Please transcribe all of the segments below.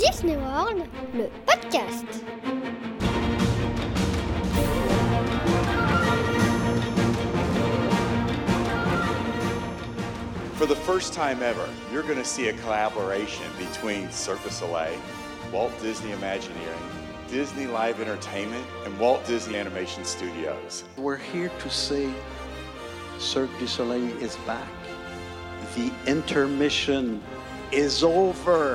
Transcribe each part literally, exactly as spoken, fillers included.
Disney World, le podcast. For the first time ever, you're going to see a collaboration between Cirque du Soleil, Walt Disney Imagineering, Disney Live Entertainment, and Walt Disney Animation Studios. We're here to say Cirque du Soleil is back. The intermission is over.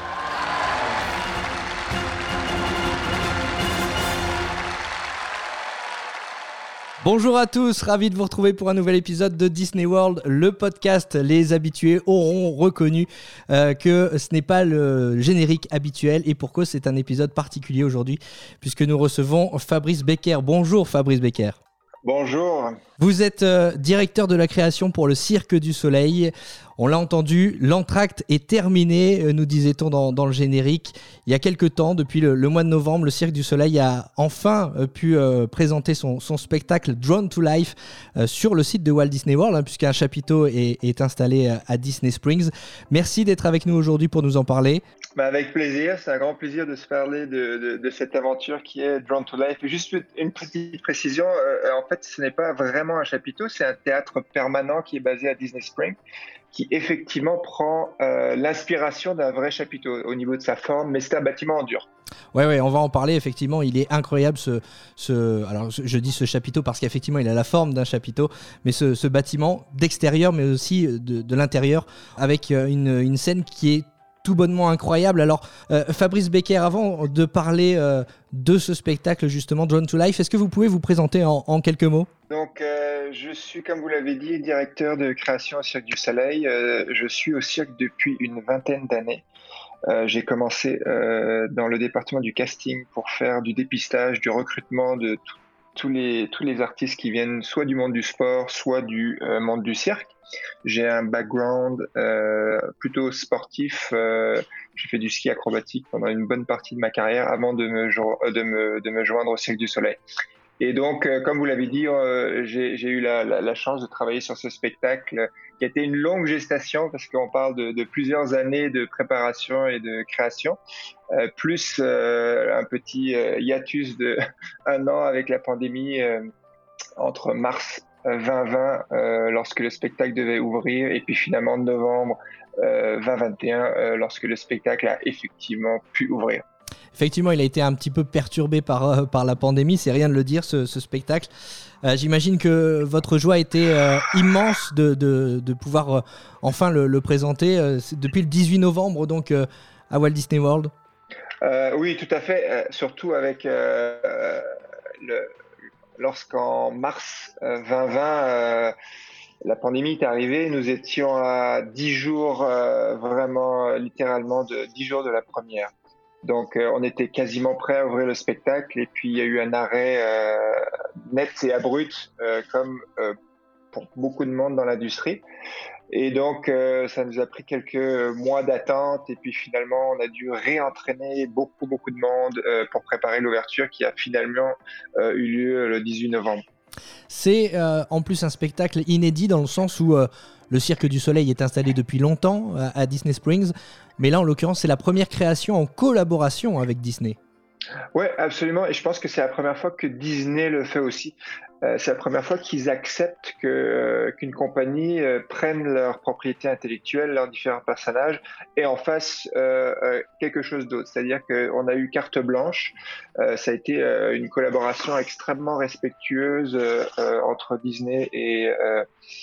Bonjour à tous, ravi de vous retrouver pour un nouvel épisode de Disney World, le podcast. Les habitués auront reconnu euh, que ce n'est pas le générique habituel et pour cause c'est un épisode particulier aujourd'hui puisque nous recevons Fabrice Becker. Bonjour Fabrice Becker. Bonjour. Vous êtes euh, directeur de la création pour le Cirque du Soleil. On l'a entendu, l'entracte est terminé, euh, nous disait-on dans, dans le générique. Il y a quelques temps, depuis le, le mois de novembre, le Cirque du Soleil a enfin euh, pu euh, présenter son, son spectacle Drawn to Life euh, sur le site de Walt Disney World, hein, puisqu'un chapiteau est, est installé à Disney Springs. Merci d'être avec nous aujourd'hui pour nous en parler. Bah avec plaisir, c'est un grand plaisir de se parler de, de, de cette aventure qui est Drawn to Life. Et juste une petite précision, euh, en fait ce n'est pas vraiment un chapiteau, c'est un théâtre permanent qui est basé à Disney Springs, qui effectivement prend euh, l'inspiration d'un vrai chapiteau au niveau de sa forme, mais c'est un bâtiment en dur. Ouais, ouais, on va en parler. Effectivement, il est incroyable ce, ce. Alors, je dis ce chapiteau parce qu'effectivement, il a la forme d'un chapiteau, mais ce, ce bâtiment d'extérieur, mais aussi de, de l'intérieur, avec une, une scène qui est tout bonnement incroyable. Alors, euh, Fabrice Becker, avant de parler euh, de ce spectacle justement, Drawn to Life, est-ce que vous pouvez vous présenter en, en quelques mots ? Donc, euh, je suis, comme vous l'avez dit, directeur de création au Cirque du Soleil. Euh, je suis au cirque depuis une vingtaine d'années. Euh, j'ai commencé euh, dans le département du casting pour faire du dépistage, du recrutement de t- tous les tous les artistes qui viennent soit du monde du sport, soit du euh, monde du cirque. J'ai un background euh, plutôt sportif. Euh, j'ai fait du ski acrobatique pendant une bonne partie de ma carrière avant de me jo- de me de me joindre au Cirque du Soleil. Et donc, euh, comme vous l'avez dit, euh, j'ai, j'ai eu la, la, la chance de travailler sur ce spectacle qui a été une longue gestation parce qu'on parle de, de plusieurs années de préparation et de création, euh, plus euh, un petit euh, hiatus de un an avec la pandémie euh, entre mars vingt vingt, euh, lorsque le spectacle devait ouvrir, et puis finalement novembre euh, vingt vingt et un, euh, lorsque le spectacle a effectivement pu ouvrir. Effectivement, il a été un petit peu perturbé par, euh, par la pandémie, c'est rien de le dire, ce, ce spectacle. Euh, j'imagine que votre joie a été euh, immense de, de, de pouvoir euh, enfin le, le présenter euh, depuis le dix-huit novembre, donc euh, à Walt Disney World. Euh, oui, tout à fait, euh, surtout avec euh, le, lorsqu'en mars euh, vingt vingt, euh, la pandémie est arrivée, nous étions à dix jours, euh, vraiment littéralement de dix jours de la première. Donc, euh, on était quasiment prêt à ouvrir le spectacle et puis il y a eu un arrêt euh, net et abrupt, euh, comme euh, pour beaucoup de monde dans l'industrie. Et donc, euh, ça nous a pris quelques mois d'attente et puis finalement, on a dû réentraîner beaucoup, beaucoup de monde euh, pour préparer l'ouverture qui a finalement euh, eu lieu le dix-huit novembre. C'est euh, en plus un spectacle inédit dans le sens où euh, le Cirque du Soleil est installé depuis longtemps à, à Disney Springs, mais là en l'occurrence c'est la première création en collaboration avec Disney. Oui, absolument, et je pense que c'est la première fois que Disney le fait aussi. Euh, c'est la première fois qu'ils acceptent que, euh, qu'une compagnie euh, prenne leur propriété intellectuelle, leurs différents personnages, et en fasse euh, euh, quelque chose d'autre. C'est-à-dire qu'on a eu carte blanche. Euh, ça a été euh, une collaboration extrêmement respectueuse euh, euh, entre Disney et, euh,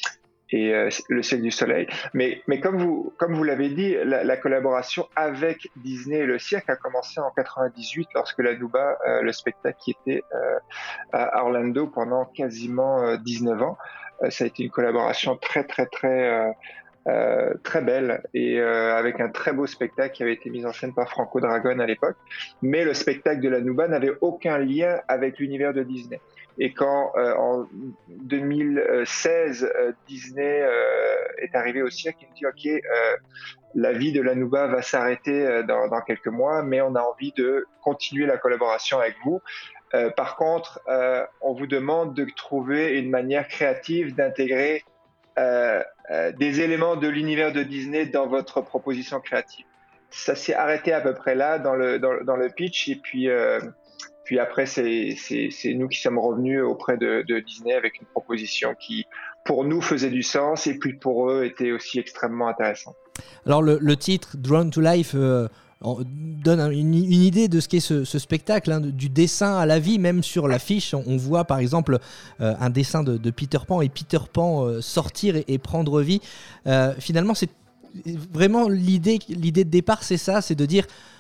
et euh, le Cirque du Soleil. Mais, mais comme vous, comme vous l'avez dit, la, la collaboration avec Disney et le cirque a commencé en quatre-vingt-dix-huit lorsque la Nouba, euh, le spectacle qui était euh, à Orlando pendant quasiment euh, dix-neuf ans. Euh, ça a été une collaboration très, très, très, euh, euh, très belle et euh, avec un très beau spectacle qui avait été mis en scène par Franco Dragone à l'époque. Mais le spectacle de la Nouba n'avait aucun lien avec l'univers de Disney. Et quand euh, en deux mille seize, euh, Disney euh, est arrivé au cirque, il me dit « Ok, euh, la vie de la Nouba va s'arrêter euh, dans, dans quelques mois, mais on a envie de continuer la collaboration avec vous. Euh, par contre, euh, on vous demande de trouver une manière créative d'intégrer euh, euh, des éléments de l'univers de Disney dans votre proposition créative. » ça s'est arrêté à peu près là dans le, dans, dans le pitch. Et puis, euh, puis après, c'est, c'est, c'est nous qui sommes revenus auprès de, de Disney avec une proposition qui, pour nous, faisait du sens et puis pour eux, était aussi extrêmement intéressante. Alors, le, le titre Drawn to Life euh, donne une, une idée de ce qu'est ce, ce spectacle, hein, du dessin à la vie. Même sur l'affiche, on, on voit par exemple euh, un dessin de, de Peter Pan et Peter Pan euh, sortir et, et prendre vie. Euh, finalement, c'est vraiment l'idée, l'idée de départ, c'est ça, c'est de dire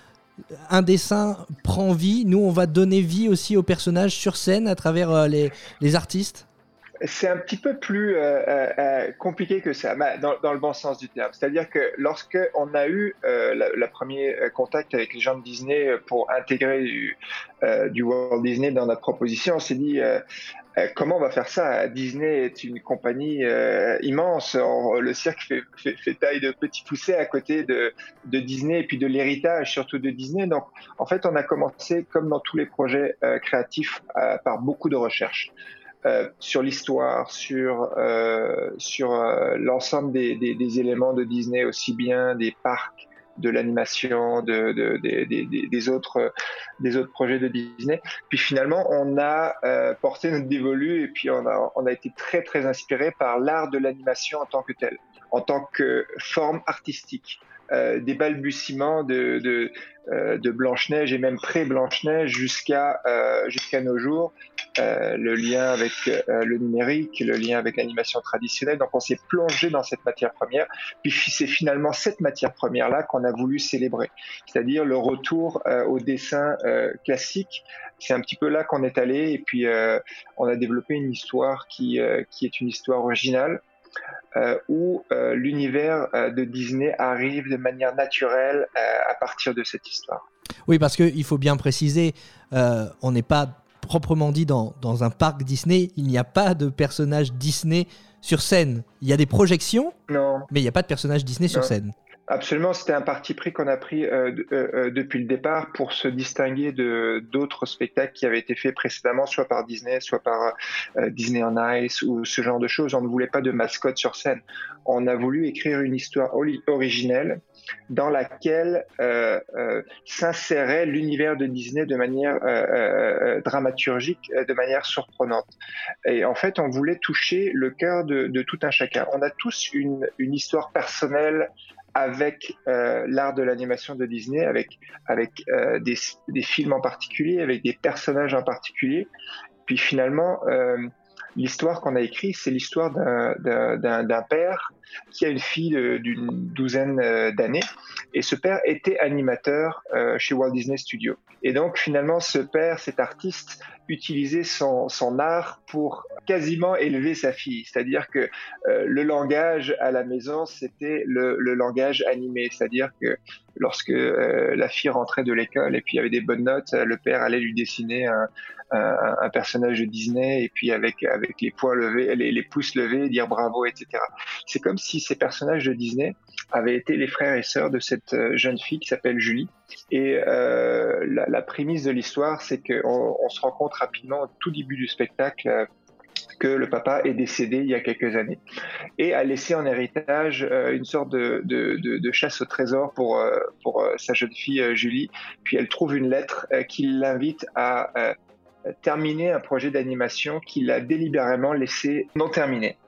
un dessin prend vie, nous on va donner vie aussi aux personnages sur scène à travers euh, les, les artistes. C'est un petit peu plus euh, euh, compliqué que ça, dans, dans le bon sens du terme. C'est-à-dire que lorsque on a eu euh, la, la premier contact avec les gens de Disney pour intégrer du, euh, du Walt Disney dans notre proposition, on s'est dit euh, euh, comment on va faire ça. Disney est une compagnie euh, immense. On, le cirque fait, fait, fait taille de petit poucet à côté de, de Disney et puis de l'héritage surtout de Disney. Donc, en fait, on a commencé, comme dans tous les projets euh, créatifs, euh, par beaucoup de recherches. Euh, sur l'histoire, sur, euh, sur euh, l'ensemble des, des, des éléments de Disney, aussi bien des parcs, de l'animation, de, de, de, de, de, des, autres, des autres projets de Disney. Puis finalement, on a euh, porté notre dévolu et puis on a, on a été très très inspiré par l'art de l'animation en tant que tel, en tant que forme artistique. Euh, des balbutiements de, de, euh, de Blanche-Neige et même pré-Blanche-Neige jusqu'à, euh, jusqu'à nos jours. Euh, le lien avec euh, le numérique, le lien avec l'animation traditionnelle. Donc on s'est plongé dans cette matière première. Puis c'est finalement cette matière première-là qu'on a voulu célébrer. C'est-à-dire le retour euh, au dessin euh, classique. C'est un petit peu là qu'on est allé et puis euh, on a développé une histoire qui, euh, qui est une histoire originale. Euh, où euh, l'univers euh, de Disney arrive de manière naturelle euh, à partir de cette histoire. Oui, parce qu'il faut bien préciser, euh, on n'est pas proprement dit dans, dans un parc Disney, il n'y a pas de personnage Disney sur scène. Il y a des projections, non. mais il n'y a pas de personnage Disney non. sur scène. Absolument, c'était un parti pris qu'on a pris euh, euh, depuis le départ pour se distinguer de d'autres spectacles qui avaient été faits précédemment, soit par Disney, soit par euh, Disney on Ice ou ce genre de choses. On ne voulait pas de mascotte sur scène. On a voulu écrire une histoire originelle dans laquelle euh, euh, s'insérait l'univers de Disney de manière euh, euh, dramaturgique, de manière surprenante. Et en fait, on voulait toucher le cœur de, de tout un chacun. On a tous une, une histoire personnelle avec euh, l'art de l'animation de Disney, avec, avec euh, des, des films en particulier, avec des personnages en particulier. Puis finalement, euh, l'histoire qu'on a écrite, c'est l'histoire d'un, d'un, d'un père qui a une fille de, d'une douzaine d'années. Et ce père était animateur euh, chez Walt Disney Studios. Et donc finalement, ce père, cet artiste, utilisait son, son art pour quasiment élever sa fille. C'est-à-dire que euh, le langage à la maison, c'était le, le langage animé. C'est-à-dire que lorsque euh, la fille rentrait de l'école et puis il y avait des bonnes notes, le père allait lui dessiner un, un, un personnage de Disney et puis avec, avec les poings levés, les, les pouces levés, dire bravo, et cetera. C'est comme si ces personnages de Disney avaient été les frères et sœurs de cette jeune fille qui s'appelle Julie. Et euh, la, la prémisse de l'histoire, c'est qu'on on se rend compte rapidement au tout début du spectacle euh, que le papa est décédé il y a quelques années et a laissé en héritage euh, une sorte de, de, de, de chasse au trésor pour, euh, pour euh, sa jeune fille euh, Julie. Puis elle trouve une lettre euh, qui l'invite à euh, terminer un projet d'animation qu'il a délibérément laissé non terminé.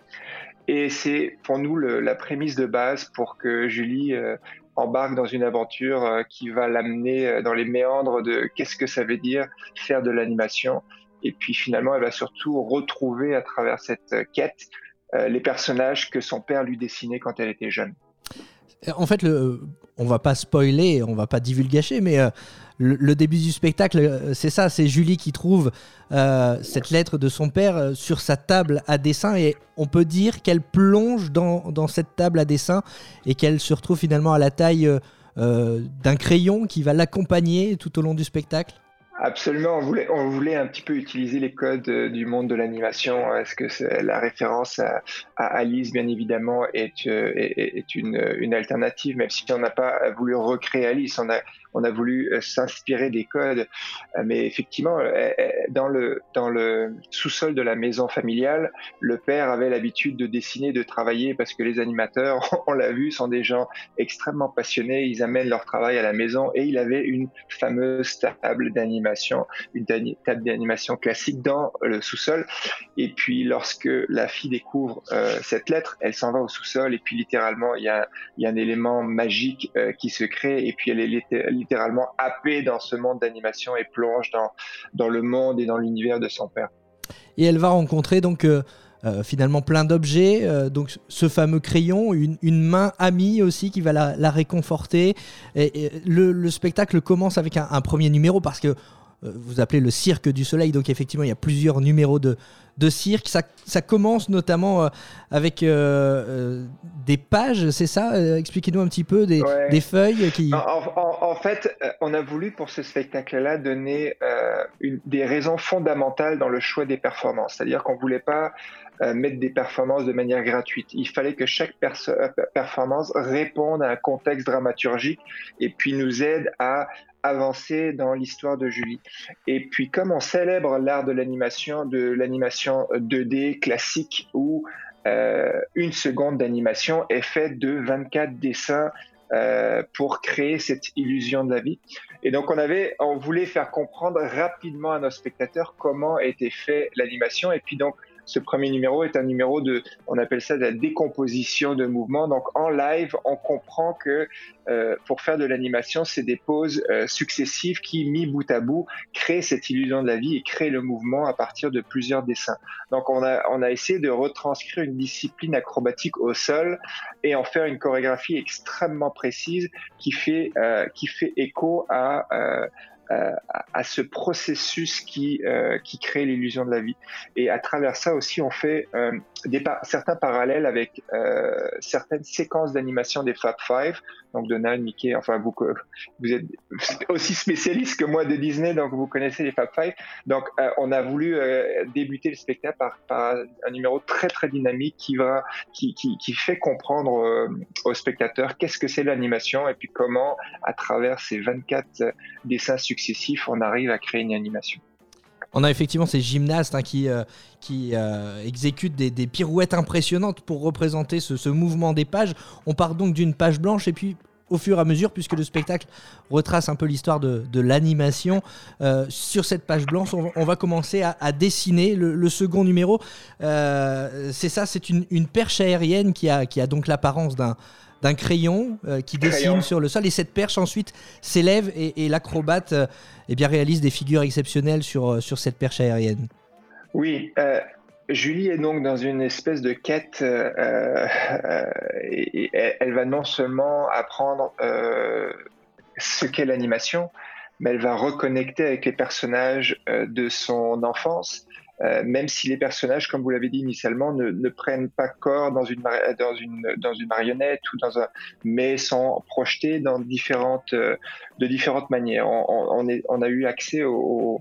Et c'est pour nous le, la prémisse de base pour que Julie euh, embarque dans une aventure euh, qui va l'amener dans les méandres de qu'est-ce que ça veut dire faire de l'animation. Et puis finalement, elle va surtout retrouver à travers cette quête euh, les personnages que son père lui dessinait quand elle était jeune. En fait, le, on va pas spoiler, on va pas divulgacher, mais euh, le, le début du spectacle, c'est ça, c'est Julie qui trouve euh, cette lettre de son père sur sa table à dessin et on peut dire qu'elle plonge dans, dans cette table à dessin et qu'elle se retrouve finalement à la taille euh, d'un crayon qui va l'accompagner tout au long du spectacle. Absolument, on voulait, on voulait un petit peu utiliser les codes du monde de l'animation. Est-ce que c'est la référence à, à Alice, bien évidemment, est, est, est une, une alternative, même si on n'a pas voulu recréer Alice. On a, on a voulu euh, s'inspirer des codes. Euh, mais effectivement, euh, dans le, dans le sous-sol de la maison familiale, le père avait l'habitude de dessiner, de travailler, parce que les animateurs, on l'a vu, sont des gens extrêmement passionnés, ils amènent leur travail à la maison, et il avait une fameuse table d'animation, une table d'animation classique dans le sous-sol. Et puis lorsque la fille découvre euh, cette lettre, elle s'en va au sous-sol, et puis littéralement il y a, il y a un élément magique euh, qui se crée, et puis elle est littéralement happée dans ce monde d'animation et plonge dans, dans le monde et dans l'univers de son père. Et elle va rencontrer donc euh, euh, finalement plein d'objets, euh, donc ce fameux crayon, une, une main amie aussi qui va la, la réconforter. Et, et le, le spectacle commence avec un, un premier numéro parce que euh, vous appelez le Cirque du Soleil, donc effectivement il y a plusieurs numéros de, de cirque. Ça, ça commence notamment euh, avec euh, euh, des pages, c'est ça euh, Expliquez-nous un petit peu, des, Ouais. des feuilles qui... En, en, en fait, on a voulu pour ce spectacle-là donner euh, une, des raisons fondamentales dans le choix des performances. C'est-à-dire qu'on ne voulait pas euh, mettre des performances de manière gratuite. Il fallait que chaque perso- performance réponde à un contexte dramaturgique et puis nous aide à avancer dans l'histoire de Julie. Et puis comme on célèbre l'art de l'animation, de l'animation deux D classique où euh, une seconde d'animation est faite de vingt-quatre dessins euh, pour créer cette illusion de la vie. Et donc on avait, on voulait faire comprendre rapidement à nos spectateurs comment était fait l'animation. Et puis donc ce premier numéro est un numéro de, on appelle ça de la décomposition de mouvements. Donc en live, on comprend que euh, pour faire de l'animation, c'est des pauses euh, successives qui, mis bout à bout, créent cette illusion de la vie et créent le mouvement à partir de plusieurs dessins. Donc on a, on a essayé de retranscrire une discipline acrobatique au sol et en faire une chorégraphie extrêmement précise qui fait, euh, qui fait écho à... Euh, Euh, à ce processus qui, euh, qui crée l'illusion de la vie. Et à travers ça aussi, on fait euh, des par- certains parallèles avec euh, certaines séquences d'animation des Fab Five, donc Donald, Mickey, enfin vous, vous êtes aussi spécialiste que moi de Disney, donc vous connaissez les Fab Five. Donc euh, on a voulu euh, débuter le spectacle par, par un numéro très très dynamique qui, va, qui, qui, qui fait comprendre euh, aux spectateurs qu'est-ce que c'est l'animation et puis comment, à travers ces vingt-quatre dessins successifs, on arrive à créer une animation. On a effectivement ces gymnastes hein, qui, euh, qui euh, exécutent des, des pirouettes impressionnantes pour représenter ce, ce mouvement des pages. On part donc d'une page blanche et puis au fur et à mesure, puisque le spectacle retrace un peu l'histoire de, de l'animation, euh, sur cette page blanche, on, on va commencer à, à dessiner le, le second numéro. Euh, c'est ça, c'est une, une perche aérienne qui a, qui a donc l'apparence d'un d'un crayon euh, qui dessine Crayon. sur le sol, et cette perche ensuite s'élève et, et l'acrobate euh, eh bien, réalise des figures exceptionnelles sur, sur cette perche aérienne. Oui, euh, Julie est donc dans une espèce de quête euh, euh, et, et elle va non seulement apprendre euh, ce qu'est l'animation, mais elle va reconnecter avec les personnages euh, de son enfance. Euh, même si les personnages, comme vous l'avez dit initialement, ne, ne prennent pas corps dans une, dans une, dans une marionnette ou dans un, mais sont projetés dans différentes, euh, de différentes manières. On, on, on, est, on a eu accès au,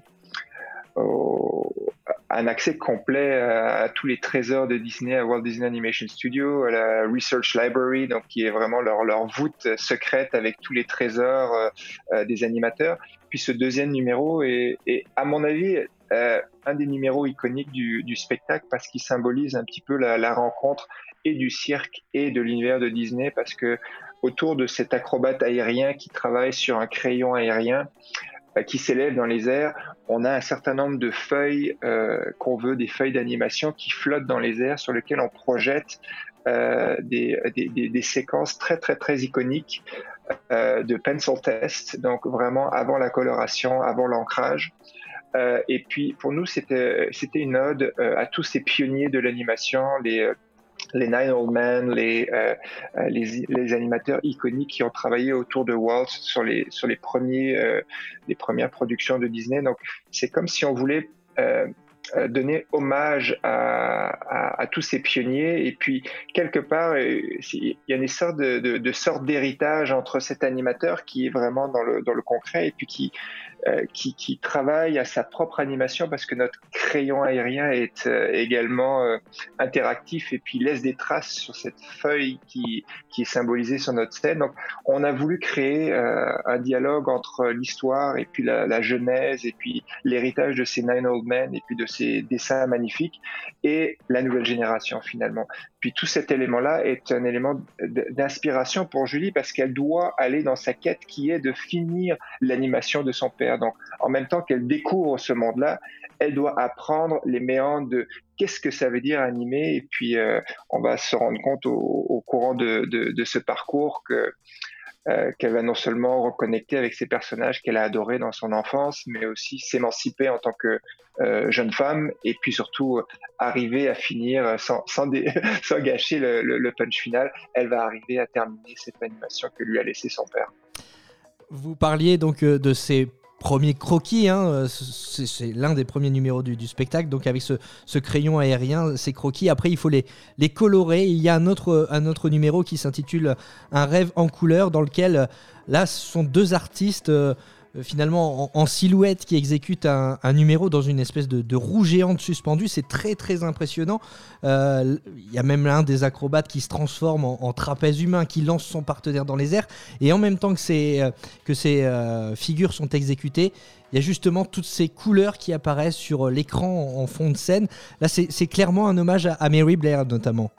au, un accès complet à, à tous les trésors de Disney, à Walt Disney Animation Studio, à la Research Library, donc qui est vraiment leur, leur voûte secrète avec tous les trésors euh, des animateurs. Puis ce deuxième numéro est, est à mon avis, Euh, un des numéros iconiques du, du spectacle parce qu'il symbolise un petit peu la, la rencontre et du cirque et de l'univers de Disney, parce que autour de cet acrobate aérien qui travaille sur un crayon aérien euh, qui s'élève dans les airs, on a un certain nombre de feuilles euh, qu'on veut, des feuilles d'animation qui flottent dans les airs sur lesquelles on projette euh, des, des, des, des séquences très très très iconiques euh, de pencil test, donc vraiment avant la coloration, avant l'ancrage. Euh, et puis pour nous c'était c'était une ode euh, à tous ces pionniers de l'animation, les les Nine Old Men, les euh, les les animateurs iconiques qui ont travaillé autour de Walt sur les sur les premiers euh, les premières productions de Disney. Donc c'est comme si on voulait euh, euh, donner hommage à, à, à tous ces pionniers. Et puis, quelque part, euh, il y a une sorte de, de, de sorte d'héritage entre cet animateur qui est vraiment dans le, dans le concret et puis qui, euh, qui, qui travaille à sa propre animation parce que notre crayon aérien est euh, également euh, interactif et puis laisse des traces sur cette feuille qui, qui est symbolisée sur notre scène. Donc, on a voulu créer euh, un dialogue entre l'histoire et puis la, la genèse et puis l'héritage de ces Nine Old Men et puis de ces dessins magnifiques et la nouvelle génération finalement. Puis tout cet élément-là est un élément d'inspiration pour Julie parce qu'elle doit aller dans sa quête qui est de finir l'animation de son père. Donc, en même temps qu'elle découvre ce monde-là, elle doit apprendre les méandres de qu'est-ce que ça veut dire animer. Et puis, euh, on va se rendre compte au, au courant de, de, de ce parcours que Euh, qu'elle va non seulement reconnecter avec ses personnages qu'elle a adorés dans son enfance, mais aussi s'émanciper en tant que euh, jeune femme, et puis surtout euh, arriver à finir sans, sans, dé- sans gâcher le, le, le punch final. Elle va arriver à terminer cette animation que lui a laissé son père. Vous parliez donc euh, de ces premiers croquis, hein, c'est, c'est l'un des premiers numéros du, du spectacle, donc avec ce, ce crayon aérien, ces croquis, après il faut les, les colorer. Il y a un autre, un autre numéro qui s'intitule Un rêve en couleur, dans lequel là ce sont deux artistes euh, finalement en, en silhouette qui exécutent un, un numéro dans une espèce de, de roue géante suspendue. C'est très très impressionnant. Euh, il y a même l'un des acrobates qui se transforme en, en trapèze humain, qui lance son partenaire dans les airs, et en même temps que ces, que ces euh, figures sont exécutées, il y a justement toutes ces couleurs qui apparaissent sur l'écran en, en fond de scène. Là c'est, c'est clairement un hommage à, à Mary Blair notamment.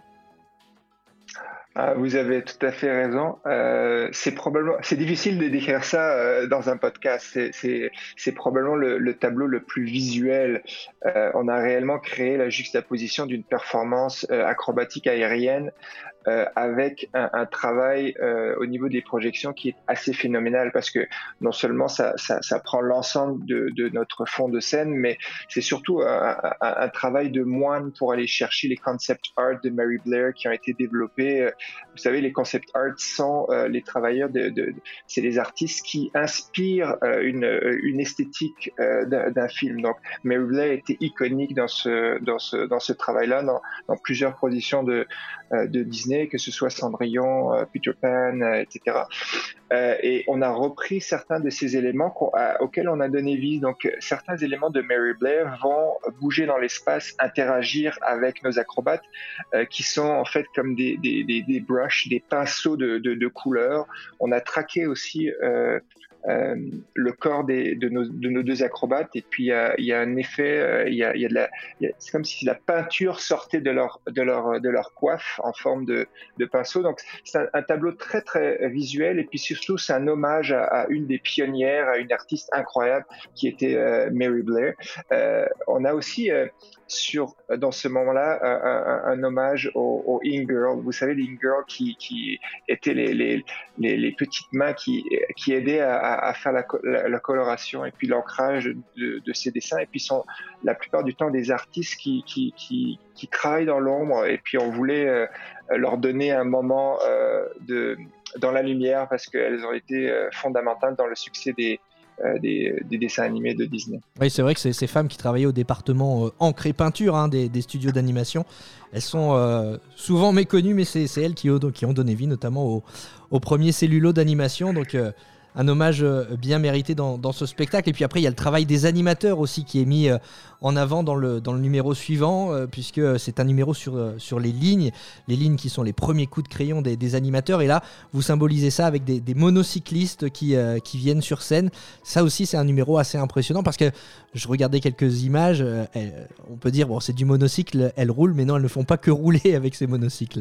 Ah, vous avez tout à fait raison. Euh, c'est probablement, c'est difficile de décrire ça euh, dans un podcast. C'est, c'est, c'est probablement le, le tableau le plus visuel. Euh, on a réellement créé la juxtaposition d'une performance euh, acrobatique aérienne euh, avec un, un travail euh, au niveau des projections qui est assez phénoménal parce que non seulement ça, ça, ça prend l'ensemble de, de notre fond de scène, mais c'est surtout un, un, un travail de moine pour aller chercher les concept art de Mary Blair qui ont été développés. Euh, Vous savez, les concept art sont euh, les travailleurs, de, de, de, c'est les artistes qui inspirent euh, une, une esthétique euh, d'un, d'un film. Donc, Mary Blair était iconique dans ce, dans ce, dans ce travail-là, dans, dans plusieurs productions de, euh, de Disney, que ce soit Cendrillon, euh, Peter Pan, euh, et cetera. Euh, et on a repris certains de ces éléments à, auxquels on a donné vie. Donc, certains éléments de Mary Blair vont bouger dans l'espace, interagir avec nos acrobates, euh, qui sont en fait comme des, des, des, des brushes, des pinceaux de, de, de couleurs. On a traqué aussi euh, euh, le corps des, de, nos, de nos deux acrobates, et puis euh, il y a un effet, euh, il y a, il y a de la, il y a, c'est comme si la peinture sortait de leur, de leur, de leur coiffe en forme de, de pinceau. Donc c'est un, un tableau très très visuel, et puis surtout c'est un hommage à, à une des pionnières, à une artiste incroyable qui était euh, Mary Blair. Euh, on a aussi euh, sur dans ce moment-là un, un, un hommage aux, aux In-Girls. Vous savez, les In-Girls qui, qui étaient les, les, les, les petites mains qui, qui aidaient à, à faire la, la, la coloration et puis l'ancrage de, de ces dessins, et puis sont la plupart du temps des artistes qui, qui, qui, qui travaillent dans l'ombre, et puis on voulait euh, leur donner un moment euh, de, dans la lumière parce qu'elles ont été euh, fondamentales dans le succès des Euh, des, des dessins animés de Disney. Oui, c'est vrai que c'est ces femmes qui travaillaient au département euh, encre et peinture hein, des, des studios d'animation. Elles sont euh, souvent méconnues, mais c'est, c'est elles qui ont, qui ont donné vie notamment au, au premier cellulo d'animation. Donc euh, un hommage euh, bien mérité dans, dans ce spectacle. Et puis après, il y a le travail des animateurs aussi qui est mis euh, en avant dans le, dans le numéro suivant, euh, puisque c'est un numéro sur, euh, sur les lignes, les lignes qui sont les premiers coups de crayon des, des animateurs. Et là, vous symbolisez ça avec des, des monocyclistes qui, euh, qui viennent sur scène. Ça aussi, c'est un numéro assez impressionnant parce que je regardais quelques images. Euh, elles, on peut dire, bon, c'est du monocycle, elles roulent, mais non, elles ne font pas que rouler avec ces monocycles.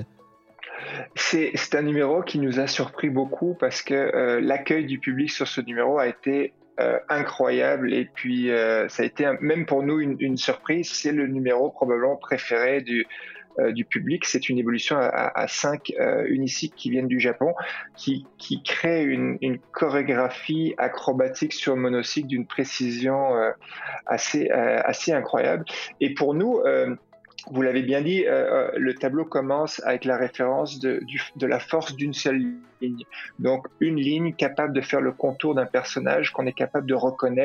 C'est, c'est un numéro qui nous a surpris beaucoup parce que euh, l'accueil du public sur ce numéro a été euh, incroyable, et puis euh, ça a été un, même pour nous une, une surprise. C'est le numéro probablement préféré du, euh, du public. C'est une évolution à, à, à cinq euh, unicycles qui viennent du Japon, qui, qui crée une, une chorégraphie acrobatique sur monocycle d'une précision euh, assez, euh, assez incroyable. Et pour nous, euh, vous l'avez bien dit, euh, le tableau commence avec la référence de, du, de la force d'une seule ligne. Donc, une ligne capable de faire le contour d'un personnage qu'on est capable de reconnaître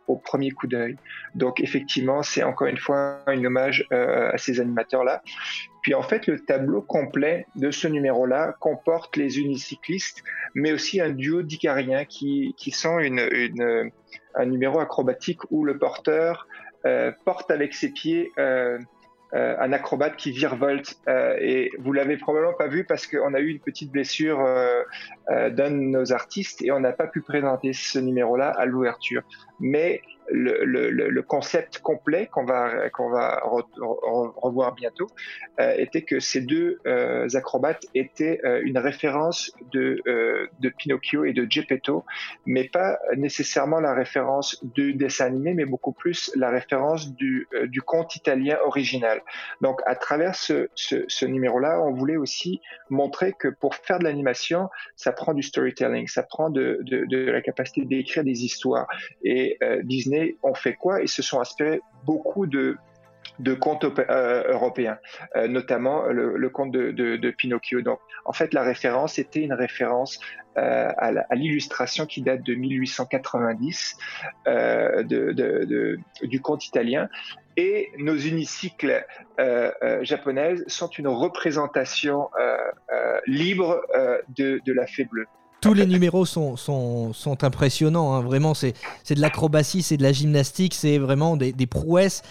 au premier coup d'œil. Donc effectivement, c'est encore une fois un hommage euh, à ces animateurs-là. Puis en fait, le tableau complet de ce numéro-là comporte les unicyclistes, mais aussi un duo d'Icariens qui, qui sont une, une, un numéro acrobatique où le porteur euh, porte avec ses pieds euh, euh, un acrobate qui virevolte. Euh, et vous l'avez probablement pas vu parce qu'on a eu une petite blessure euh, euh, d'un de nos artistes et on n'a pas pu présenter ce numéro-là à l'ouverture. Mais le, le, le concept complet qu'on va, qu'on va re, re, revoir bientôt euh, était que ces deux euh, acrobates étaient euh, une référence de, euh, de Pinocchio et de Geppetto, mais pas nécessairement la référence du dessin animé, mais beaucoup plus la référence du, euh, du conte italien original. Donc à travers ce, ce, ce numéro-là, on voulait aussi montrer que pour faire de l'animation, ça prend du storytelling, ça prend de, de, de la capacité d'écrire des histoires. Et euh, Disney ont fait quoi? Ils se sont inspirés beaucoup de, de contes euh, européens, euh, notamment le, le conte de, de, de Pinocchio. Donc, en fait, la référence était une référence euh, à, la, à l'illustration qui date de mille huit cent quatre-vingt-dix euh, de, de, de, du conte italien. Et nos unicycles euh, euh, japonaises sont une représentation euh, euh, libre euh, de, de la fée bleue. Tous les numéros sont, sont, sont impressionnants, hein. Vraiment, c'est, c'est de l'acrobatie, c'est de la gymnastique, c'est vraiment des, des prouesses.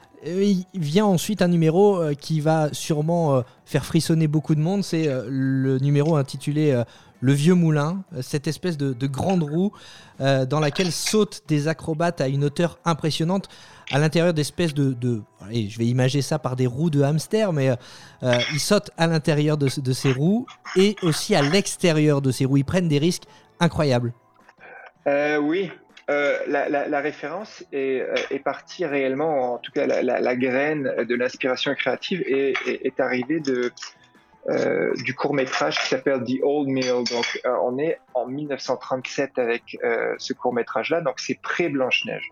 Il vient ensuite un numéro qui va sûrement faire frissonner beaucoup de monde, c'est le numéro intitulé « Le vieux moulin », cette espèce de, de grande roue dans laquelle sautent des acrobates à une hauteur impressionnante à l'intérieur d'espèces de, de allez, je vais imager ça par des roues de hamster, mais euh, ils sautent à l'intérieur de, de ces roues et aussi à l'extérieur de ces roues. Ils prennent des risques incroyables. Euh, oui, euh, la, la, la référence est, est partie réellement, en tout cas la, la, la graine de l'inspiration créative est, est, est arrivée de, euh, du court-métrage qui s'appelle The Old Mill. Donc euh, on est en mille neuf cent trente-sept avec euh, ce court-métrage-là, donc c'est pré-Blanche-Neige.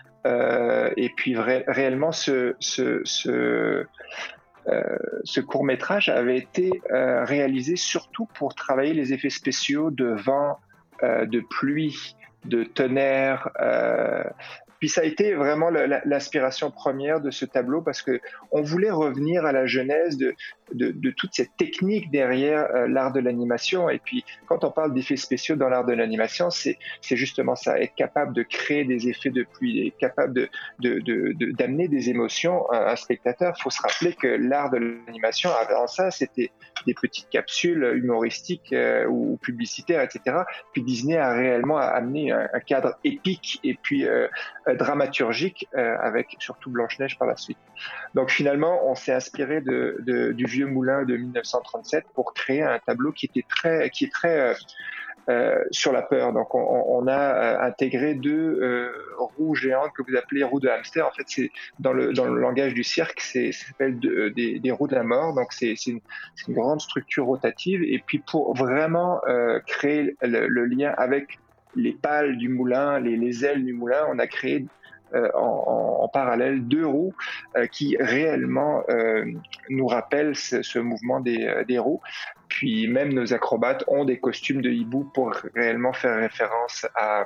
Euh, et puis ré- réellement, ce, ce, ce, euh, ce court-métrage avait été euh, réalisé surtout pour travailler les effets spéciaux de vent, euh, de pluie, de tonnerre. Euh, puis ça a été vraiment le, la, l'inspiration première de ce tableau parce que on voulait revenir à la genèse de, de, de toute cette technique derrière euh, l'art de l'animation. Et puis quand on parle d'effets spéciaux dans l'art de l'animation, c'est, c'est justement ça, être capable de créer des effets de pluie, être capable de, de, de, de, d'amener des émotions à un spectateur. Il faut se rappeler que l'art de l'animation, avant ça, c'était des petites capsules humoristiques euh, ou publicitaires, et cetera. Puis Disney a réellement amené un, un cadre épique et puis euh, dramaturgique euh, avec surtout Blanche-Neige par la suite. Donc finalement, on s'est inspiré de, de, du vieux moulin de mille neuf cent trente-sept pour créer un tableau qui était très, qui est très euh, euh, sur la peur. Donc on, on a euh, intégré deux euh, roues géantes que vous appelez roues de hamster. En fait, c'est dans le dans le langage du cirque, c'est, ça s'appelle de, des, des roues de la mort. Donc c'est, c'est, une, c'est une grande structure rotative. Et puis pour vraiment euh, créer le, le lien avec les pales du moulin, les, les ailes du moulin, on a créé euh, en, en, en parallèle deux roues euh, qui réellement euh, nous rappellent ce, ce mouvement des, des roues. Puis même nos acrobates ont des costumes de hibou pour réellement faire référence à,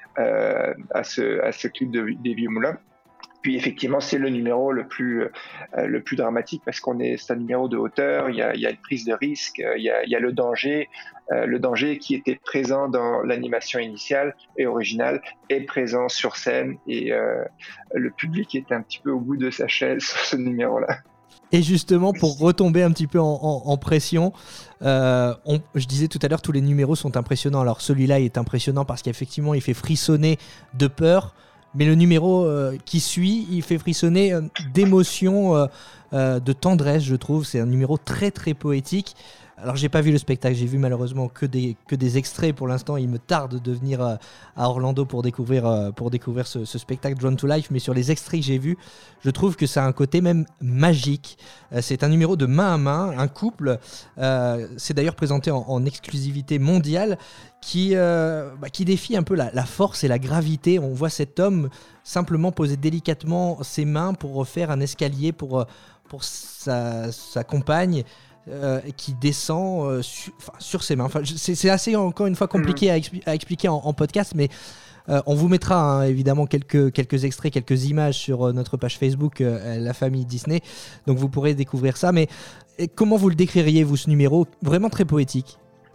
euh, à, ce, à ce clip de, des vieux moulins. Puis effectivement, c'est le numéro le plus euh, le plus dramatique parce qu'on est c'est un numéro de hauteur. Il y a il y a une prise de risque. Il y a il y a le danger, euh, le danger qui était présent dans l'animation initiale et originale est présent sur scène et euh, le public est un petit peu au bout de sa chaise sur ce numéro-là. Et justement, pour retomber un petit peu en, en, en pression, euh, on, je disais tout à l'heure, tous les numéros sont impressionnants. Alors celui-là est impressionnant parce qu'effectivement, il fait frissonner de peur. Mais le numéro euh, qui suit, il fait frissonner euh, d'émotion, euh, euh, de tendresse, je trouve. C'est un numéro très très poétique. Alors j'ai pas vu le spectacle, j'ai vu malheureusement que des, que des extraits pour l'instant. Il me tarde de venir euh, à Orlando pour découvrir, euh, pour découvrir ce, ce spectacle Drawn to Life. Mais sur les extraits que j'ai vus, je trouve que ça a un côté même magique. Euh, c'est un numéro de main à main, un couple. Euh, c'est d'ailleurs présenté en, en exclusivité mondiale qui, euh, bah, qui défie un peu la, la force et la gravité. On voit cet homme simplement poser délicatement ses mains pour faire un escalier pour, pour sa, sa compagne. euh, qui descend euh, su, sur ses mains. Enfin, c'est, c'est assez, encore une fois, compliqué mmh. à, expli- à expliquer en, en podcast, mais euh, on vous mettra hein, évidemment quelques, quelques extraits, quelques images sur euh, notre page Facebook, euh, La Famille Disney, donc vous pourrez découvrir ça. Mais comment vous le décririez, vous, ce numéro? Vraiment très poétique.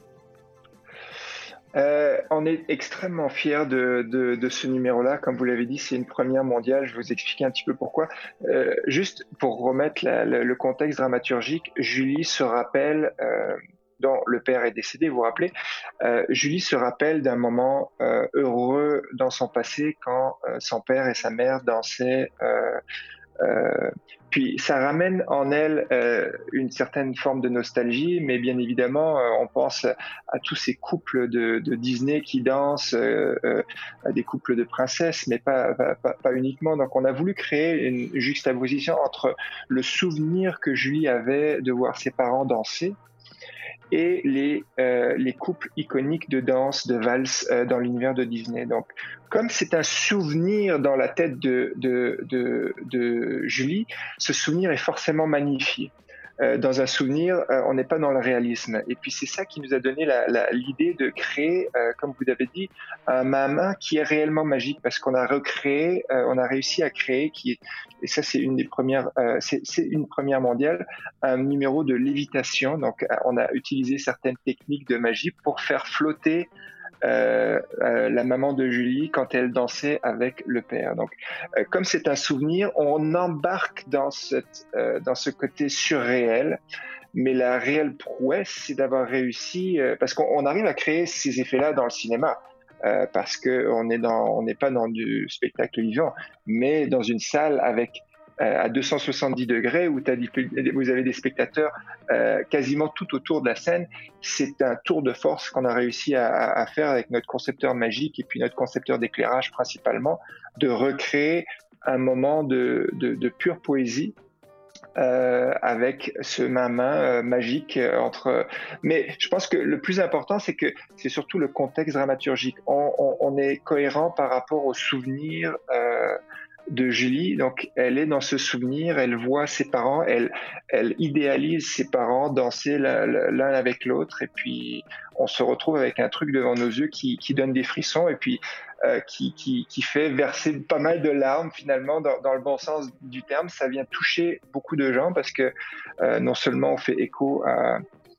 Euh, on est extrêmement fiers de, de, de ce numéro-là. Comme vous l'avez dit, c'est une première mondiale. Je vais vous expliquer un petit peu pourquoi. Euh, juste pour remettre la, la, le contexte dramaturgique, Julie se rappelle, euh, dont le père est décédé, vous vous rappelez, euh, Julie se rappelle d'un moment euh, heureux dans son passé quand euh, son père et sa mère dansaient. Euh, Euh, puis ça ramène en elle euh, une certaine forme de nostalgie, mais bien évidemment, euh, on pense à tous ces couples de, de Disney qui dansent, euh, euh, à des couples de princesses, mais pas, pas, pas uniquement. Donc on a voulu créer une juxtaposition entre le souvenir que Julie avait de voir ses parents danser et les, euh, les couples iconiques de danse, de valse euh, dans l'univers de Disney. Donc, comme c'est un souvenir dans la tête de, de, de, de Julie, ce souvenir est forcément magnifié. Euh, dans un souvenir, euh, on n'est pas dans le réalisme. Et puis c'est ça qui nous a donné la, la, l'idée de créer, euh, comme vous l'avez dit, un main qui est réellement magique, parce qu'on a recréé, euh, on a réussi à créer, qui est, et ça c'est une des premières, euh, c'est, c'est une première mondiale, un numéro de lévitation. Donc on a utilisé certaines techniques de magie pour faire flotter Euh, euh, la maman de Julie quand elle dansait avec le père. Donc, euh, comme c'est un souvenir, on embarque dans, cette, euh, dans ce côté surréel, mais la réelle prouesse, c'est d'avoir réussi, euh, parce qu'on on arrive à créer ces effets-là dans le cinéma, euh, parce qu'on n'est dans, on n'est pas dans du spectacle vivant, mais dans une salle avec à deux cent soixante-dix degrés où t'as, vous avez des spectateurs euh, quasiment tout autour de la scène. C'est un tour de force qu'on a réussi à, à faire avec notre concepteur magique et puis notre concepteur d'éclairage principalement, de recréer un moment de, de, de pure poésie euh, avec ce main-main euh, magique euh, entre. Mais je pense que le plus important, c'est que c'est surtout le contexte dramaturgique. On, on, on est cohérent par rapport au souvenir euh, de Julie, donc elle est dans ce souvenir, elle voit ses parents, elle, elle idéalise ses parents danser l'un avec l'autre, et puis on se retrouve avec un truc devant nos yeux qui, qui donne des frissons, et puis euh, qui, qui, qui fait verser pas mal de larmes finalement, dans, dans le bon sens du terme. Ça vient toucher beaucoup de gens, parce que euh, non seulement on fait écho à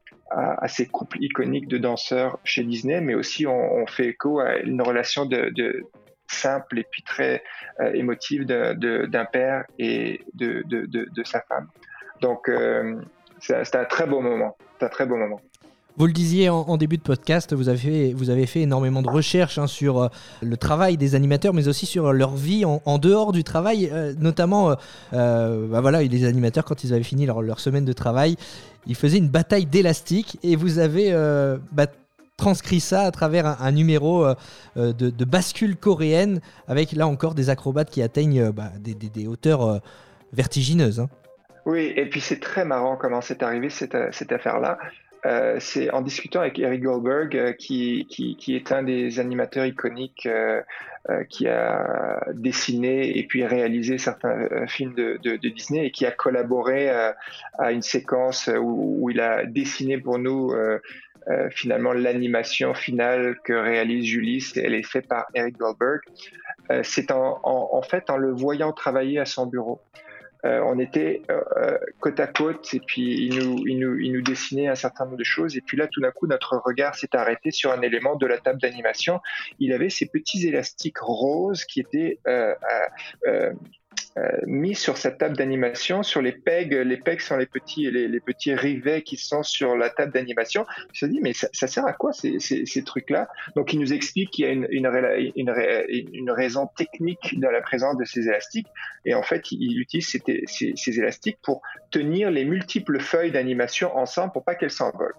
À, à ces couples iconiques de danseurs chez Disney, mais aussi on, on fait écho à une relation de, de simple et puis très euh, émotive de, de, d'un père et de, de, de, de sa femme. Donc euh, c'est, c'est un très beau moment. C'est un très beau moment. Vous le disiez en, en début de podcast, vous avez fait, vous avez fait énormément de recherches hein, sur euh, le travail des animateurs, mais aussi sur leur vie en, en dehors du travail, euh, notamment euh, euh, bah voilà, les animateurs, quand ils avaient fini leur, leur semaine de travail, ils faisaient une bataille d'élastique, et vous avez euh, bah, transcrit ça à travers un, un numéro euh, de, de bascule coréenne, avec là encore des acrobates qui atteignent euh, bah, des, des, des hauteurs euh, vertigineuses. Hein. Oui, et puis c'est très marrant comment c'est arrivé cette, cette affaire-là. Euh, c'est en discutant avec Eric Goldberg, euh, qui, qui, qui est un des animateurs iconiques euh, euh, qui a dessiné et puis réalisé certains euh, films de, de, de Disney, et qui a collaboré euh, à une séquence où, où il a dessiné pour nous euh, euh, finalement l'animation finale que réalise Julie. Elle est faite par Eric Goldberg. Euh, c'est en, en, en fait en le voyant travailler à son bureau. Euh, on était euh, côte à côte, et puis il nous, il, nous, il nous dessinait un certain nombre de choses, et puis là tout d'un coup notre regard s'est arrêté sur un élément de la table d'animation. Il avait ces petits élastiques roses qui étaient euh, euh, euh, mis sur cette table d'animation, sur les pegs. Les pegs sont les petits, les, les petits rivets qui sont sur la table d'animation. Je me suis dit, mais ça, ça sert à quoi ces, ces, ces trucs-là? Donc il nous explique qu'il y a une, une, une, une raison technique dans la présence de ces élastiques, et en fait il utilise ces, ces, ces élastiques pour tenir les multiples feuilles d'animation ensemble pour pas qu'elles s'envolent.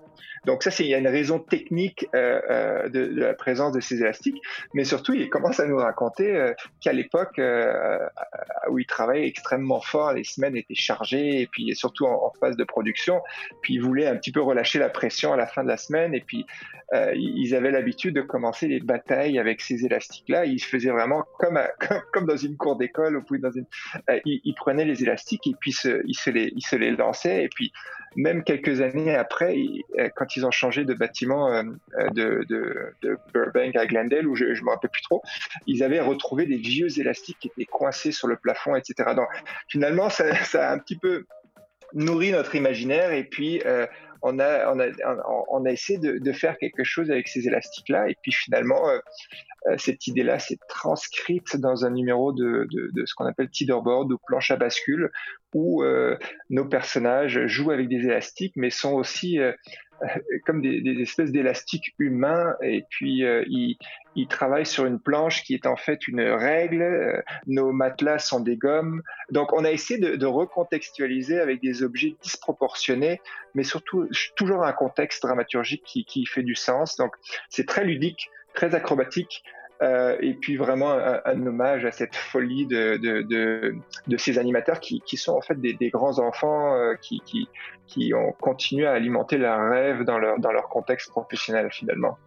Donc ça, c'est, il y a une raison technique euh, euh, de, de la présence de ces élastiques, mais surtout, il commence à nous raconter euh, qu'à l'époque euh, où il travaillait extrêmement fort, les semaines étaient chargées, et puis surtout en, en phase de production, puis il voulait un petit peu relâcher la pression à la fin de la semaine, et puis euh, ils avaient l'habitude de commencer les batailles avec ces élastiques-là. Ils se faisaient vraiment comme, à, comme, comme dans une cour d'école, ou dans une, euh, ils, ils prenaient les élastiques et puis se, ils, se les, ils se les lançaient, et puis même quelques années après, ils, quand ils ont changé de bâtiment euh, de, de, de Burbank à Glendale, où je ne me rappelle plus trop, ils avaient retrouvé des vieux élastiques qui étaient coincés sur le plafond, et cetera. Donc finalement, ça, ça a un petit peu nourri notre imaginaire, et puis euh, on, a, on, a, on a essayé de, de faire quelque chose avec ces élastiques-là, et puis finalement, euh, cette idée-là s'est transcrite dans un numéro de, de, de ce qu'on appelle teeterboard ou planche à bascule, où euh, nos personnages jouent avec des élastiques, mais sont aussi euh, comme des, des espèces d'élastiques humains, et puis euh, ils, ils travaillent sur une planche qui est en fait une règle, euh, nos matelas sont des gommes, donc on a essayé de, de recontextualiser avec des objets disproportionnés, mais surtout toujours un contexte dramaturgique qui, qui fait du sens, donc c'est très ludique, très acrobatique, euh, et puis vraiment un, un hommage à cette folie de, de, de, de ces animateurs qui, qui sont en fait des, des grands enfants euh, qui, qui, qui ont continué à alimenter leurs rêves dans leur, dans leur contexte professionnel finalement.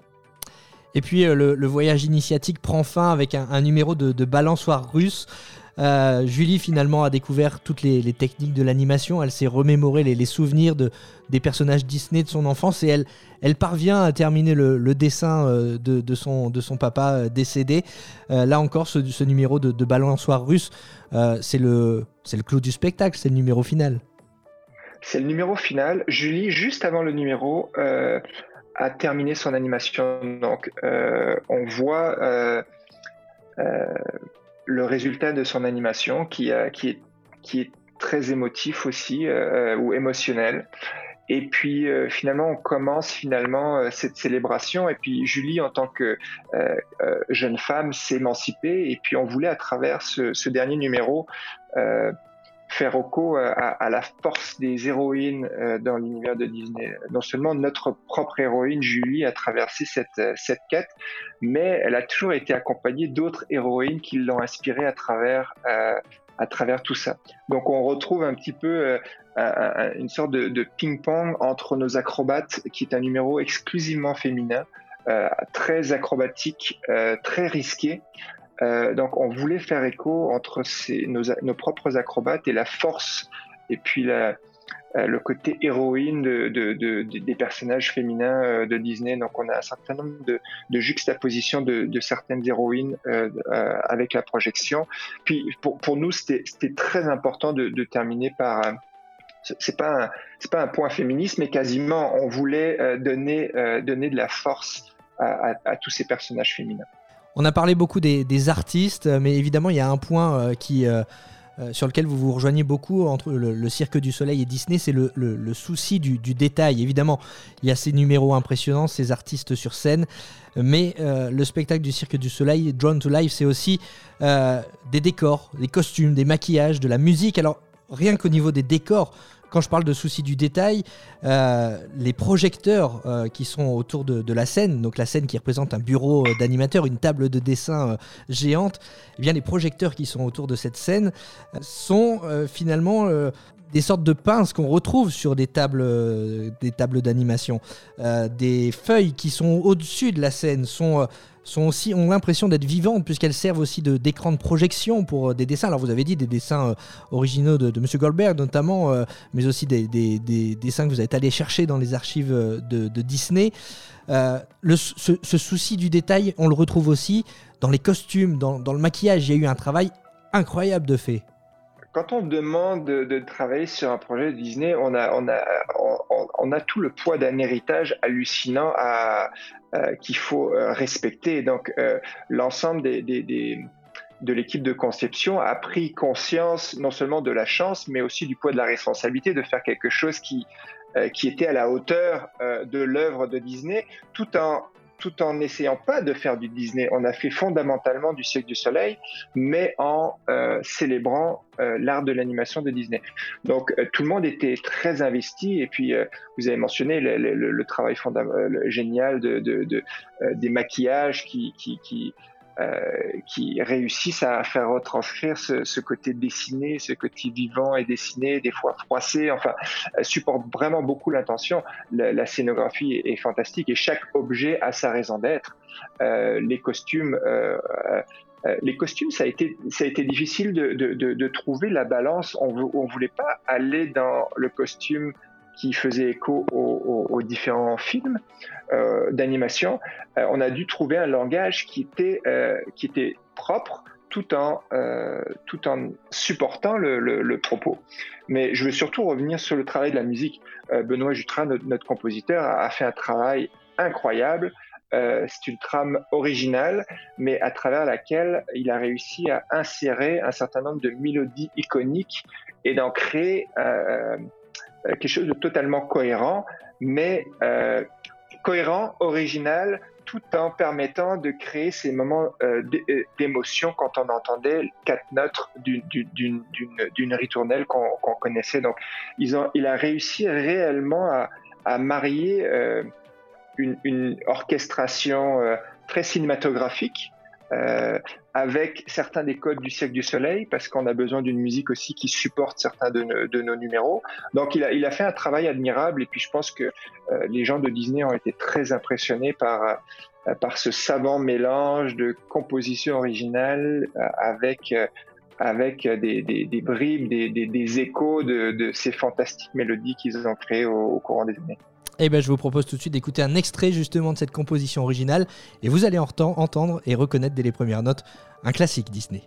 Et puis euh, le, le voyage initiatique prend fin avec un, un numéro de, de balançoire russe. Euh, Julie finalement a découvert toutes les, les techniques de l'animation, elle s'est remémoré les, les souvenirs de, des personnages Disney de son enfance, et elle, elle parvient à terminer le, le dessin euh, de, de, son, de son papa euh, décédé. Euh, là encore, ce, ce numéro de, de balançoire russe, euh, c'est, le, c'est le clou du spectacle, c'est le numéro final. C'est le numéro final. Julie, juste avant le numéro, euh, a terminé son animation. Donc, euh, on voit... Euh, euh, le résultat de son animation qui, a, qui, est, qui est très émotif aussi, euh, ou émotionnel. Et puis euh, finalement, on commence finalement euh, cette célébration. Et puis Julie, en tant que euh, euh, jeune femme, s'est émancipée. Et puis on voulait à travers ce, ce dernier numéro euh, faire écho à, à la force des héroïnes euh, dans l'univers de Disney. Non seulement notre propre héroïne, Julie, a traversé cette, cette quête, mais elle a toujours été accompagnée d'autres héroïnes qui l'ont inspirée à travers, euh, à travers tout ça. Donc on retrouve un petit peu euh, un, une sorte de, de ping-pong entre nos acrobates, qui est un numéro exclusivement féminin, euh, très acrobatique, euh, très risqué. Euh, donc on voulait faire écho entre ces, nos, nos propres acrobates et la force, et puis la, euh, le côté héroïne de, de, de, de, des personnages féminins euh, de Disney. Donc on a un certain nombre de, de juxtapositions de, de certaines héroïnes euh, euh, avec la projection. Puis pour, pour nous, c'était, c'était très important de, de terminer par... Euh, c'est pas un, c'est pas un point féministe, mais quasiment on voulait euh, donner, euh, donner de la force à, à, à tous ces personnages féminins. On a parlé beaucoup des, des artistes, mais évidemment, il y a un point euh, qui, euh, euh, sur lequel vous vous rejoignez beaucoup entre le, le Cirque du Soleil et Disney, c'est le, le, le souci du, du détail. Évidemment, il y a ces numéros impressionnants, ces artistes sur scène, mais euh, le spectacle du Cirque du Soleil, Drawn to Life, c'est aussi euh, des décors, des costumes, des maquillages, de la musique. Alors, rien qu'au niveau des décors, quand je parle de souci du détail, euh, les projecteurs euh, qui sont autour de, de la scène, donc la scène qui représente un bureau d'animateur, une table de dessin euh, géante, eh bien les projecteurs qui sont autour de cette scène euh, sont euh, finalement euh, des sortes de pinces qu'on retrouve sur des tables, euh, des tables d'animation. Euh, des feuilles qui sont au-dessus de la scène sont... Euh, sont aussi, ont l'impression d'être vivantes, puisqu'elles servent aussi de, d'écran de projection pour des dessins. Alors vous avez dit des dessins euh, originaux de, de M. Goldberg notamment, euh, mais aussi des, des, des dessins que vous êtes allé chercher dans les archives de, de Disney. Euh, le, ce, ce souci du détail, on le retrouve aussi dans les costumes, dans, dans le maquillage. Il y a eu un travail incroyable de fait. Quand on demande de, de travailler sur un projet de Disney, on a, on a, on, on a tout le poids d'un héritage hallucinant à, euh, qu'il faut euh, respecter. Donc, euh, l'ensemble des, des, des, de l'équipe de conception a pris conscience non seulement de la chance, mais aussi du poids de la responsabilité de faire quelque chose qui, euh, qui était à la hauteur euh, de l'œuvre de Disney, tout en tout en n'essayant pas de faire du Disney. On a fait fondamentalement du Cirque du Soleil, mais en euh, célébrant euh, l'art de l'animation de Disney. Donc euh, tout le monde était très investi, et puis euh, vous avez mentionné le, le, le travail fondam- le, génial de, de, de, euh, des maquillages qui... qui, qui Euh, qui réussissent à faire retranscrire ce, ce côté dessiné, ce côté vivant et dessiné, des fois froissé, enfin, euh, supporte vraiment beaucoup l'intention. La, la scénographie est, est fantastique et chaque objet a sa raison d'être. Euh, les costumes, euh, euh, les costumes, ça a été, ça a été difficile de, de, de, de trouver la balance. On ne on voulait pas aller dans le costume qui faisait écho aux, aux, aux différents films euh, d'animation. Euh, on a dû trouver un langage qui était, euh, qui était propre tout en, euh, tout en supportant le, le, le propos. Mais je veux surtout revenir sur le travail de la musique. Euh, Benoît Jutras, notre, notre compositeur, a fait un travail incroyable. Euh, c'est une trame originale, mais à travers laquelle il a réussi à insérer un certain nombre de mélodies iconiques et d'en créer euh, quelque chose de totalement cohérent, mais euh, cohérent, original, tout en permettant de créer ces moments euh, d'émotion quand on entendait quatre notes d'une, d'une, d'une, d'une ritournelle qu'on, qu'on connaissait. Donc, ils ont, il a réussi réellement à, à marier euh, une, une orchestration euh, très cinématographique Euh, avec certains des codes du Cirque du Soleil, parce qu'on a besoin d'une musique aussi qui supporte certains de, nos, de nos numéros. Donc il a, il a fait un travail admirable, et puis je pense que euh, les gens de Disney ont été très impressionnés par, euh, par ce savant mélange de composition originale euh, avec, euh, avec des, des, des bribes, des, des, des échos de, de ces fantastiques mélodies qu'ils ont créées au, au courant des années. Eh ben, je vous propose tout de suite d'écouter un extrait justement de cette composition originale, et vous allez entendre et reconnaître dès les premières notes un classique Disney.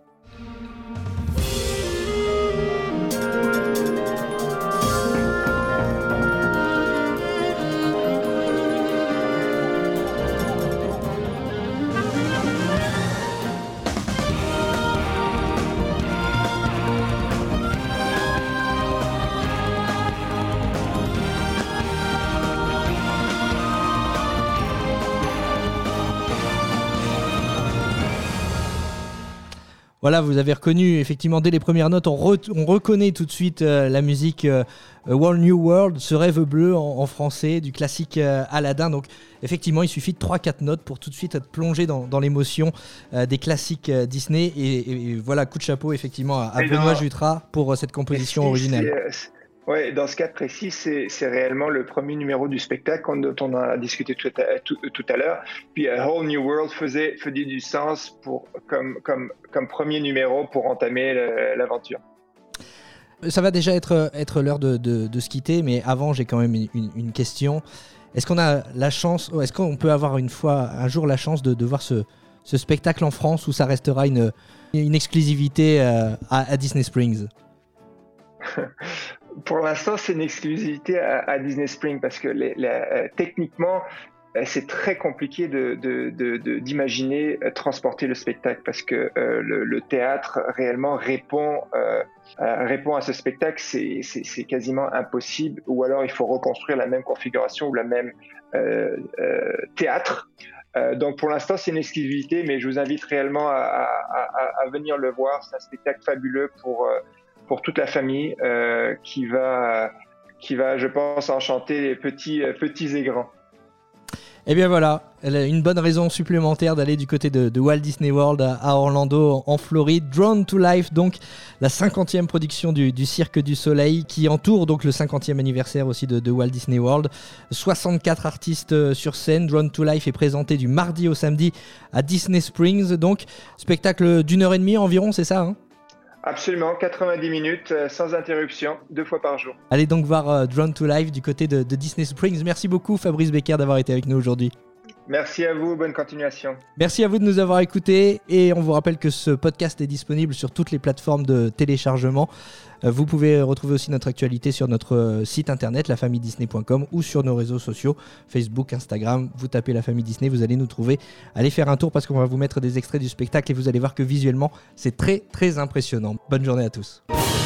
Voilà, vous avez reconnu effectivement dès les premières notes, on, re, on reconnaît tout de suite euh, la musique euh, Whole New World, ce rêve bleu en, en français, du classique euh, Aladdin. Donc effectivement, il suffit de trois quatre notes pour tout de suite être plongé dans, dans l'émotion euh, des classiques euh, Disney. Et, et, et voilà, coup de chapeau effectivement à, à Benoît Jutras pour euh, cette composition si, originale. C'est, Ouais, dans ce cas précis, c'est, c'est réellement le premier numéro du spectacle dont on a discuté tout à, tout, tout à l'heure. Puis A Whole New World faisait, faisait du sens pour, comme, comme, comme premier numéro pour entamer le, l'aventure. Ça va déjà être, être l'heure de, de, de se quitter, mais avant, j'ai quand même une, une question. Est-ce qu'on a la chance, est-ce qu'on peut avoir une fois, un jour, la chance de, de voir ce, ce spectacle en France, ou ça restera une, une exclusivité à, à Disney Springs? Pour l'instant, c'est une exclusivité à, à Disney Springs parce que les, les, euh, techniquement, euh, c'est très compliqué de, de, de, de, d'imaginer euh, transporter le spectacle parce que euh, le, le théâtre réellement répond, euh, euh, répond à ce spectacle. C'est, c'est, c'est quasiment impossible, ou alors il faut reconstruire la même configuration ou la même euh, euh, théâtre. Euh, donc pour l'instant, c'est une exclusivité, mais je vous invite réellement à, à, à, à venir le voir. C'est un spectacle fabuleux pour... Euh, pour toute la famille euh, qui va, qui va, je pense, enchanter les petits, euh, petits et grands. Et bien voilà, une bonne raison supplémentaire d'aller du côté de, de Walt Disney World à, à Orlando, en Floride. Drawn to Life, donc la cinquantième production du, du Cirque du Soleil, qui entoure donc le cinquantième anniversaire aussi de, de Walt Disney World. soixante-quatre artistes sur scène. Drawn to Life est présenté du mardi au samedi à Disney Springs. Donc spectacle d'une heure et demie environ, c'est ça hein? Absolument, quatre-vingt-dix minutes euh, sans interruption, deux fois par jour. Allez donc voir euh, Drawn to Life du côté de, de Disney Springs. Merci beaucoup Fabrice Becker d'avoir été avec nous aujourd'hui. Merci à vous, bonne continuation. Merci à vous de nous avoir écoutés, et on vous rappelle que ce podcast est disponible sur toutes les plateformes de téléchargement. Vous pouvez retrouver aussi notre actualité sur notre site internet la famille disney point com ou sur nos réseaux sociaux Facebook, Instagram. Vous tapez La Famille Disney, vous allez nous trouver. Allez faire un tour parce qu'on va vous mettre des extraits du spectacle et vous allez voir que visuellement c'est très très impressionnant. Bonne journée à tous.